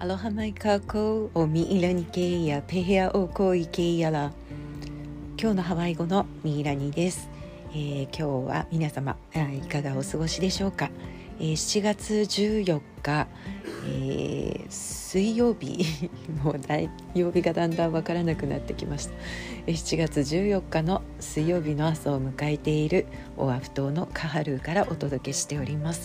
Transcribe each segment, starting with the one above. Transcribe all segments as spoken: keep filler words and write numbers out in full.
Aloha mai kākou o mi'ilani keia pehea o ko i keiaら。今日のハワイ語のミイラニです、えー、今日は皆様いかがお過ごしでしょうか。えー、しちがつじゅうよっか、えー、水曜日もうだい曜日がだんだんわからなくなってきました。えー、しちがつじゅうよっかの水曜日の朝を迎えているオアフ島のカハルーからお届けしております。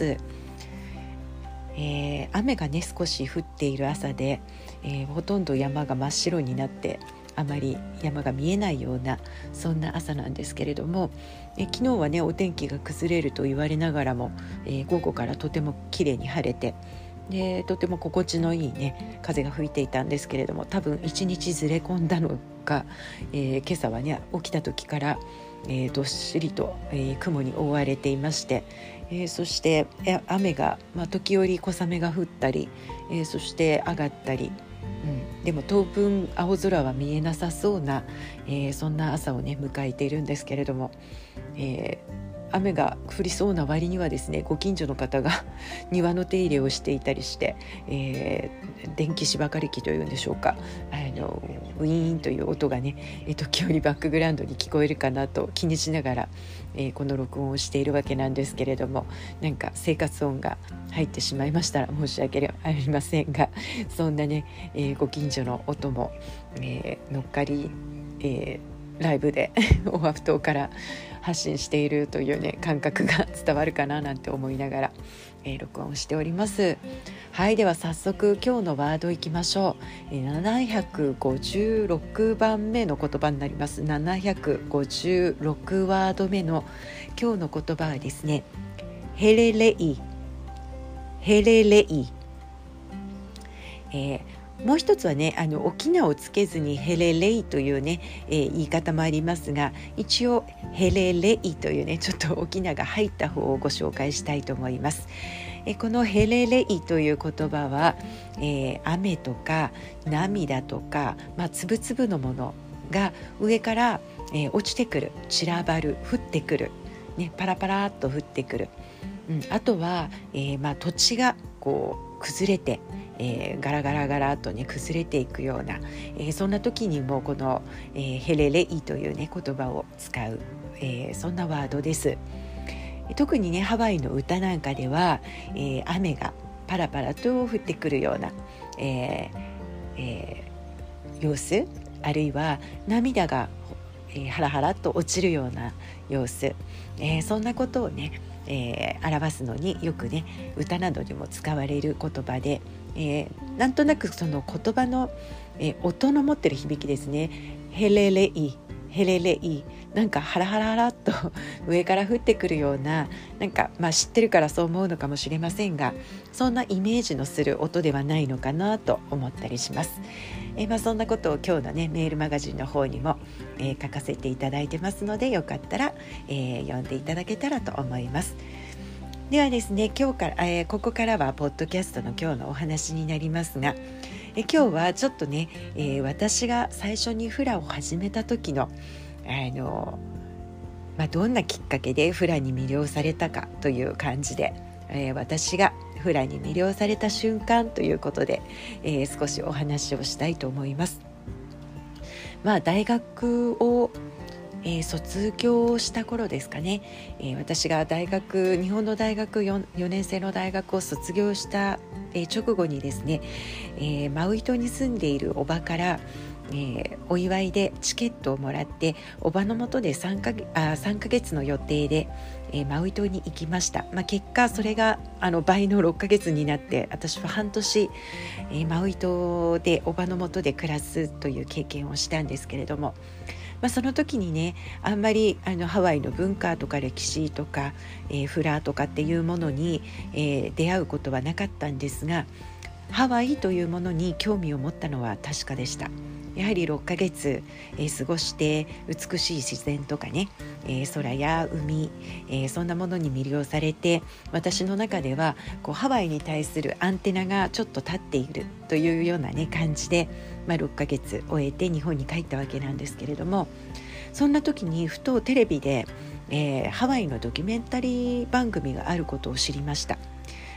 えー、雨がね少し降っている朝で、えー、ほとんど山が真っ白になってあまり山が見えないようなそんな朝なんですけれども、えー、昨日はねお天気が崩れると言われながらも、えー、午後からとても綺麗に晴れて、でとても心地のいいね風が吹いていたんですけれども、多分一日ずれ込んだのか、えー、今朝はね起きた時から、えー、どっしりと、えー、雲に覆われていまして、えー、そして雨が、まあ、時折小雨が降ったり、えー、そして上がったり、うん、でも当分青空は見えなさそうな、えー、そんな朝をね迎えているんですけれども、えー雨が降りそうな割にはですね、ご近所の方が庭の手入れをしていたりして、えー、電気芝刈り機というんでしょうか、あのウィーンという音がね、え時折バックグラウンドに聞こえるかなと気にしながら、えー、この録音をしているわけなんですけれども、なんか生活音が入ってしまいましたら申し訳ありませんが、そんなね、えー、ご近所の音も、えー、乗っかり、えーライブでオアフ島から発信しているというね感覚が伝わるかななんて思いながら、えー、録音しております。はい、では早速今日のワードいきましょう。えー、ななひゃくごじゅうろくばんめの言葉になります。ななひゃくごじゅうろくワード目の今日の言葉はですね、ヘレレイヘレレイ、えーもう一つはね、あの沖縄をつけずにヘレレイというね、えー、言い方もありますが、一応ヘレレイというねちょっと沖縄が入った方をご紹介したいと思います。えー、このヘレレイという言葉は、えー、雨とか涙とか、まあ、粒々のものが上から、えー、落ちてくる、散らばる、降ってくる、ね、パラパラっと降ってくる、うん、あとは、えーまあ、土地がこう崩れて、えー、ガラガラガラとね崩れていくような、えー、そんな時にもこの、えー、ヘレレイというね言葉を使う、えー、そんなワードです。特にねハワイの歌なんかでは、えー、雨がパラパラと降ってくるような、えーえー、様子、あるいは涙が、えー、ハラハラと落ちるような様子、えー、そんなことをねえー、表すのによくね歌などにも使われる言葉で、えー、なんとなくその言葉の、えー、音の持ってる響きですね。ヘレレイヘレレイ、なんかハラハラハラっと上から降ってくるような、なんか、まあ、知ってるからそう思うのかもしれませんが、そんなイメージのする音ではないのかなと思ったりします。えーまあ、そんなことを今日のねメールマガジンの方にも、えー、書かせていただいてますので、よかったら、えー、読んでいただけたらと思います。ではですね、今日から、えー、ここからはポッドキャストの今日のお話になりますが、え今日はちょっとね、えー、私が最初にフラを始めた時の、あの、まあ、どんなきっかけでフラに魅了されたかという感じで、えー、私がフラに魅了された瞬間ということで、えー、少しお話をしたいと思います。まあ、大学をえー、卒業した頃ですかね、えー、私が大学日本の大学 4, 4年生の大学を卒業した、えー、直後にですね、えー、マウイ島に住んでいるおばから、えー、お祝いでチケットをもらって、おばのもとで 3, かあさんかげつの予定で、えー、マウイ島に行きました。まあ、結果それがあの倍のろっかげつになって、私は半年、えー、マウイ島でおばのもとで暮らすという経験をしたんですけれども、まあ、その時にねあんまりあのハワイの文化とか歴史とか、えー、フラとかっていうものに、えー、出会うことはなかったんですが、ハワイというものに興味を持ったのは確かでした。やはりろっかげつ、えー、過ごして美しい自然とかね、えー、空や海、えー、そんなものに魅了されて、私の中ではこうハワイに対するアンテナがちょっと立っているというような、ね、感じで、まあ、ろっかげつ終えて日本に帰ったわけなんですけれども、そんな時にふとテレビで、えー、ハワイのドキュメンタリー番組があることを知りました。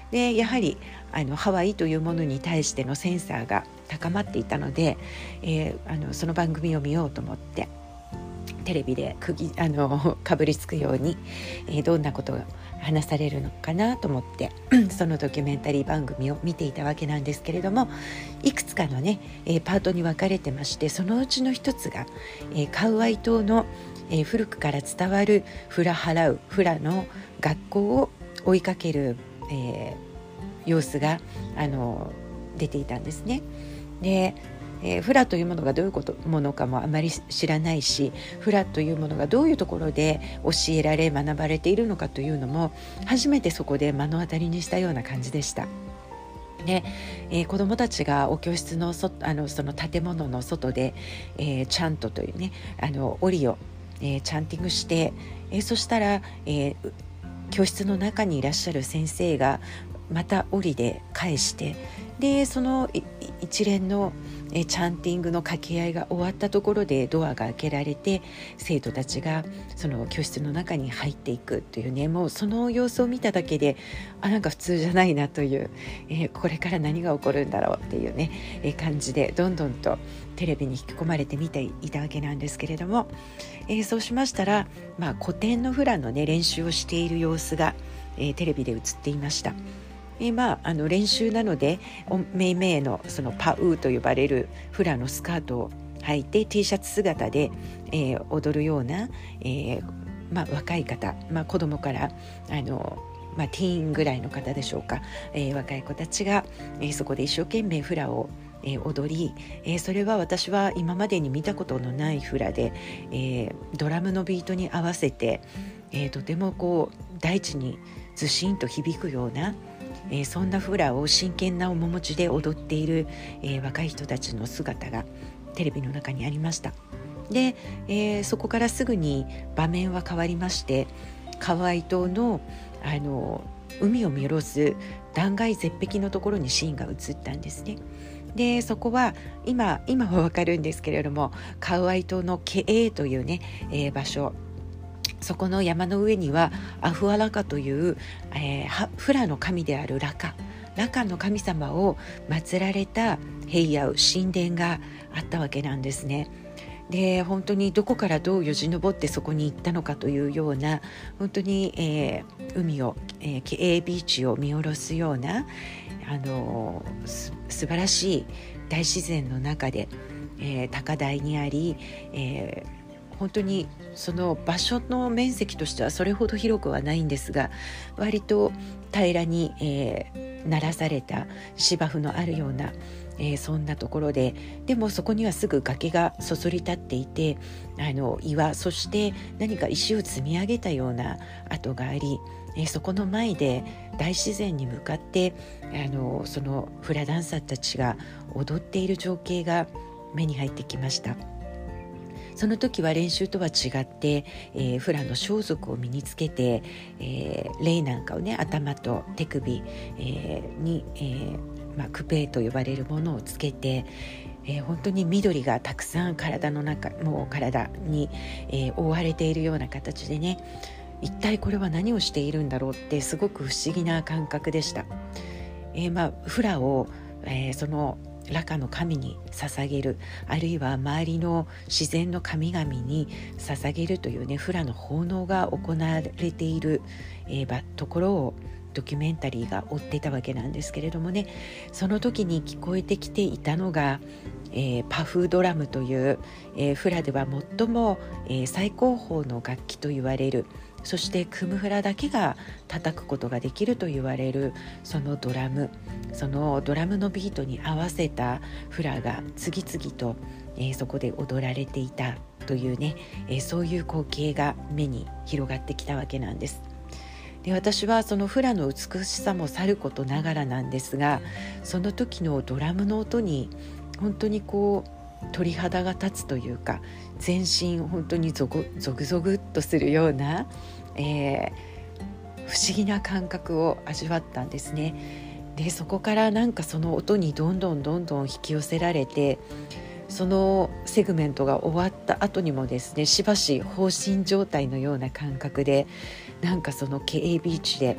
でやはりあのハワイというものに対してのセンサーが高まっていたので、えー、あのその番組を見ようと思ってテレビでくぎあのかぶりつくように、えー、どんなことが話されるのかなと思ってそのドキュメンタリー番組を見ていたわけなんですけれども、いくつかのね、えー、パートに分かれてまして、そのうちの一つが、えー、カウアイ島の、えー、古くから伝わるフラハラウフラの学校を追いかける、えー、様子があの出ていたんですね。でえー、フラというものがどういうことものかもあまり知らないし、フラというものがどういうところで教えられ学ばれているのかというのも初めてそこで目の当たりにしたような感じでした。で、えー、子どもたちがお教室のそあのその建物の外で、えー、チャントというねあのオリを、えー、チャンティングして、えー、そしたら、えー、教室の中にいらっしゃる先生がまたオリで返して、でその一連のえチャンティングの掛け合いが終わったところでドアが開けられて生徒たちがその教室の中に入っていくというね、もうその様子を見ただけであなんか普通じゃないなという、えー、これから何が起こるんだろうっていうね、えー、感じでどんどんとテレビに引き込まれて見ていたわけなんですけれども、えー、そうしましたら、まあ、古典のフラの、ね、練習をしている様子が、えー、テレビで映っていました。えーまあ、あの練習なのでめいめいのそのパウーと呼ばれるフラのスカートを履いて T シャツ姿で、えー、踊るような、えーまあ、若い方、まあ、子供からあの、まあ、ティーンぐらいの方でしょうか、えー、若い子たちが、えー、そこで一生懸命フラをえー、踊り、えー、それは私は今までに見たことのないフラで、えー、ドラムのビートに合わせて、えー、とてもこう大地にずしんと響くようなえー、そんなフラを真剣な面持ちで踊っている、えー、若い人たちの姿がテレビの中にありました。で、えー、そこからすぐに場面は変わりまして、カワイ島の、あの海を見下ろす断崖絶壁のところにシーンが映ったんですね。でそこは今今はわかるんですけれども、カワイ島のケエーというね、えー、場所、そこの山の上にはアフアラカという、えー、フラの神であるラカラカの神様を祀られた平野神殿があったわけなんですね。で本当にどこからどうよじ登ってそこに行ったのかというような、本当に、えー、海を、えー、ケエービーチを見下ろすような、あのー、す素晴らしい大自然の中で、えー、高台にあり、えー本当にその場所の面積としてはそれほど広くはないんですが、割と平らに、えー、ならされた芝生のあるような、えー、そんなところで、でもそこにはすぐ崖がそそり立っていて、あの岩、そして何か石を積み上げたような跡があり、えー、そこの前で大自然に向かってあのそのフラダンサーたちが踊っている情景が目に入ってきました。その時は練習とは違って、えー、フラの装束を身につけて、えー、レイなんかをね頭と手首、えー、に、えーまあ、クペーと呼ばれるものをつけて、えー、本当に緑がたくさん体の中もう体に、えー、覆われているような形でね、一体これは何をしているんだろうってすごく不思議な感覚でした。えーまあ、フラを、えー、そのラカの神に捧げる、あるいは周りの自然の神々に捧げるというねフラの奉納が行われている、えー、ところをドキュメンタリーが追っていたわけなんですけれどもね、その時に聞こえてきていたのが、えー、パフドラムという、えー、フラでは最も、えー、最高峰の楽器と言われる、そしてクムフラだけが叩くことができると言われるそのドラム、そのドラムのビートに合わせたフラが次々と、えー、そこで踊られていたというね、えー、そういう光景が目に広がってきたわけなんです。で私はそのフラの美しさもさることながらなんですが、その時のドラムの音に本当にこう鳥肌が立つというか、全身本当にゾクゾクゾクっとするような、えー、不思議な感覚を味わったんですね。でそこからなんかその音にどんどんどんどん引き寄せられて、そのセグメントが終わった後にもですね、しばし放心状態のような感覚で、なんかそのケービーチで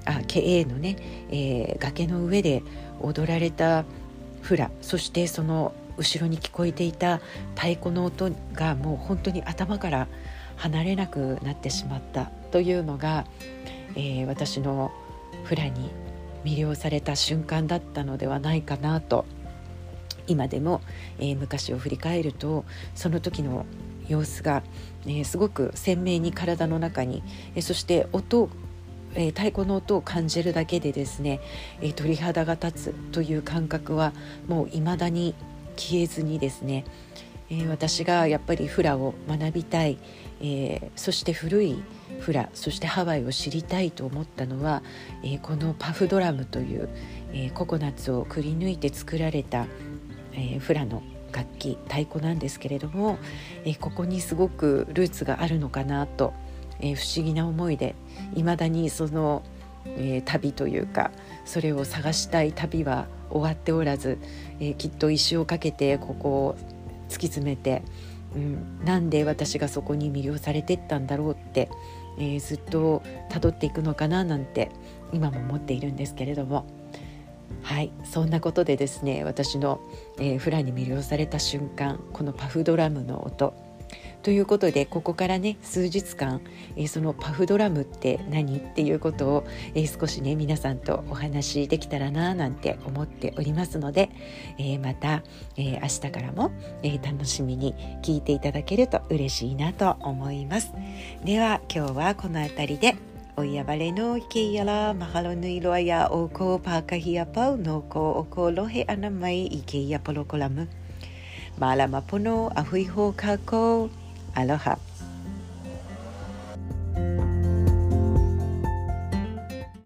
あ経営のね、えー、崖の上で踊られたフラ、そしてその後ろに聞こえていた太鼓の音がもう本当に頭から離れなくなってしまったというのが、えー、私のフラに魅了された瞬間だったのではないかなと、今でも、えー、昔を振り返るとその時の様子が、えー、すごく鮮明に体の中に、えー、そして音、えー、太鼓の音を感じるだけでですね、えー、鳥肌が立つという感覚はもう未だに消えずにですね、えー、私がやっぱりフラを学びたい、えー、そして古いフラ、そしてハワイを知りたいと思ったのは、えー、このパフドラムという、えー、ココナッツをくり抜いて作られた、えー、フラの楽器、太鼓なんですけれども、えー、ここにすごくルーツがあるのかなと、えー、不思議な思いで未だにその、えー、旅というかそれを探したい旅は終わっておらず、えー、きっと一生かけてここを突き詰めて、うん、なんで私がそこに魅了されてったんだろうって、えー、ずっと辿っていくのかななんて今も思っているんですけれども、はい、そんなことでですね、私の、えー、フラに魅了された瞬間、このパフドラムの音ということで、ここからね数日間、えー、そのパフドラムって何っていうことを、えー、少しね皆さんとお話できたらななんて思っておりますので、えー、また、えー、明日からも、えー、楽しみに聞いていただけると嬉しいなと思います。では今日はこのあたりで。おやばれのけいやらマハロヌイロアやおこパーカヒアパウノコおこロヘアナマイイケイヤポロコラムマラマポノアフイホーカコアロハ。